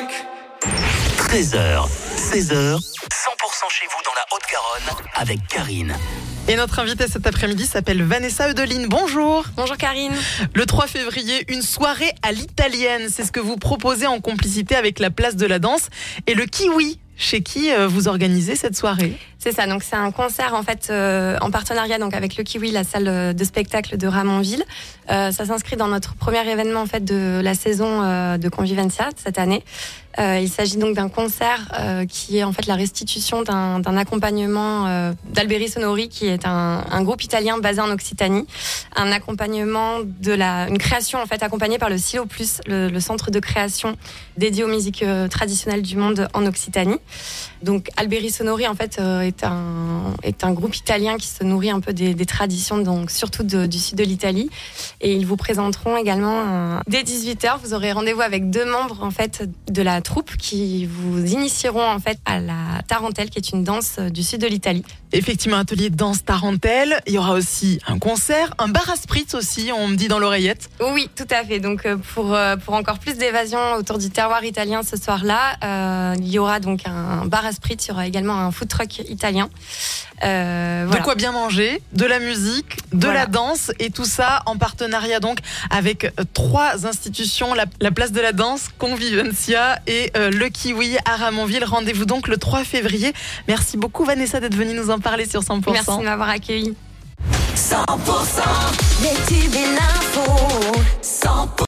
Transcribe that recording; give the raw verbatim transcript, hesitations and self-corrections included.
treize heures, seize heures, cent pour cent chez vous dans la Haute-Garonne avec Karine. Et notre invitée cet après-midi s'appelle Vanessa Eudeline. Bonjour. Bonjour Karine. Le trois février, une soirée à l'italienne. C'est ce que vous proposez en complicité avec la Place de la Danse et le Kiwi. Chez qui vous organisez cette soirée ? C'est ça, donc c'est un concert en fait euh, en partenariat donc avec le Kiwi, la salle de spectacle de Ramonville. Euh, ça s'inscrit dans notre premier événement en fait de la saison euh, de Convivencia cette année. Euh, il s'agit donc d'un concert euh, qui est en fait la restitution d'un, d'un accompagnement euh, d'Alberi Sonori, qui est un, un groupe italien basé en Occitanie. Un accompagnement de la, une création en fait accompagnée par le Silo Plus, le, le centre de création dédié aux musiques euh, traditionnelles du monde en Occitanie. Donc Alberi Sonori en fait euh, est un est un groupe italien qui se nourrit un peu des, des traditions, donc surtout de, du sud de l'Italie, et ils vous présenteront également euh, dès dix-huit heures. Vous aurez rendez-vous avec deux membres en fait de la troupe qui vous initieront en fait à la tarentelle, qui est une danse du sud de l'Italie. Effectivement, atelier de danse tarentelle. Il y aura aussi un concert, un bar à spritz aussi, on me dit dans l'oreillette. Oui, tout à fait. Donc pour pour encore plus d'évasion autour du terroir italien ce soir-là, euh, il y aura donc un bar à spritz, il y aura également un food truck italien. Euh, voilà. De quoi bien manger, de la musique, de voilà. la danse, et tout ça en partenariat donc avec trois institutions, la, la Place de la Danse, Convivencia et euh, le Kiwi à Ramonville. Rendez-vous donc le trois février. Merci beaucoup Vanessa d'être venue nous en parler sur cent pour cent. Merci de m'avoir accueillie. cent pour cent, les tubes et l'info. cent pour cent